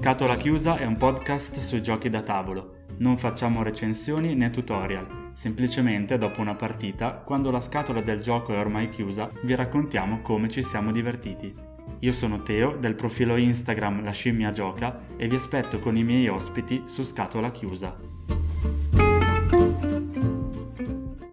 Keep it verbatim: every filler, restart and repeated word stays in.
Scatola Chiusa è un podcast sui giochi da tavolo. Non facciamo recensioni né tutorial. Semplicemente, dopo una partita, quando la scatola del gioco è ormai chiusa, vi raccontiamo come ci siamo divertiti. Io sono Teo, del profilo Instagram La Scimmia Gioca, e vi aspetto con i miei ospiti su Scatola Chiusa.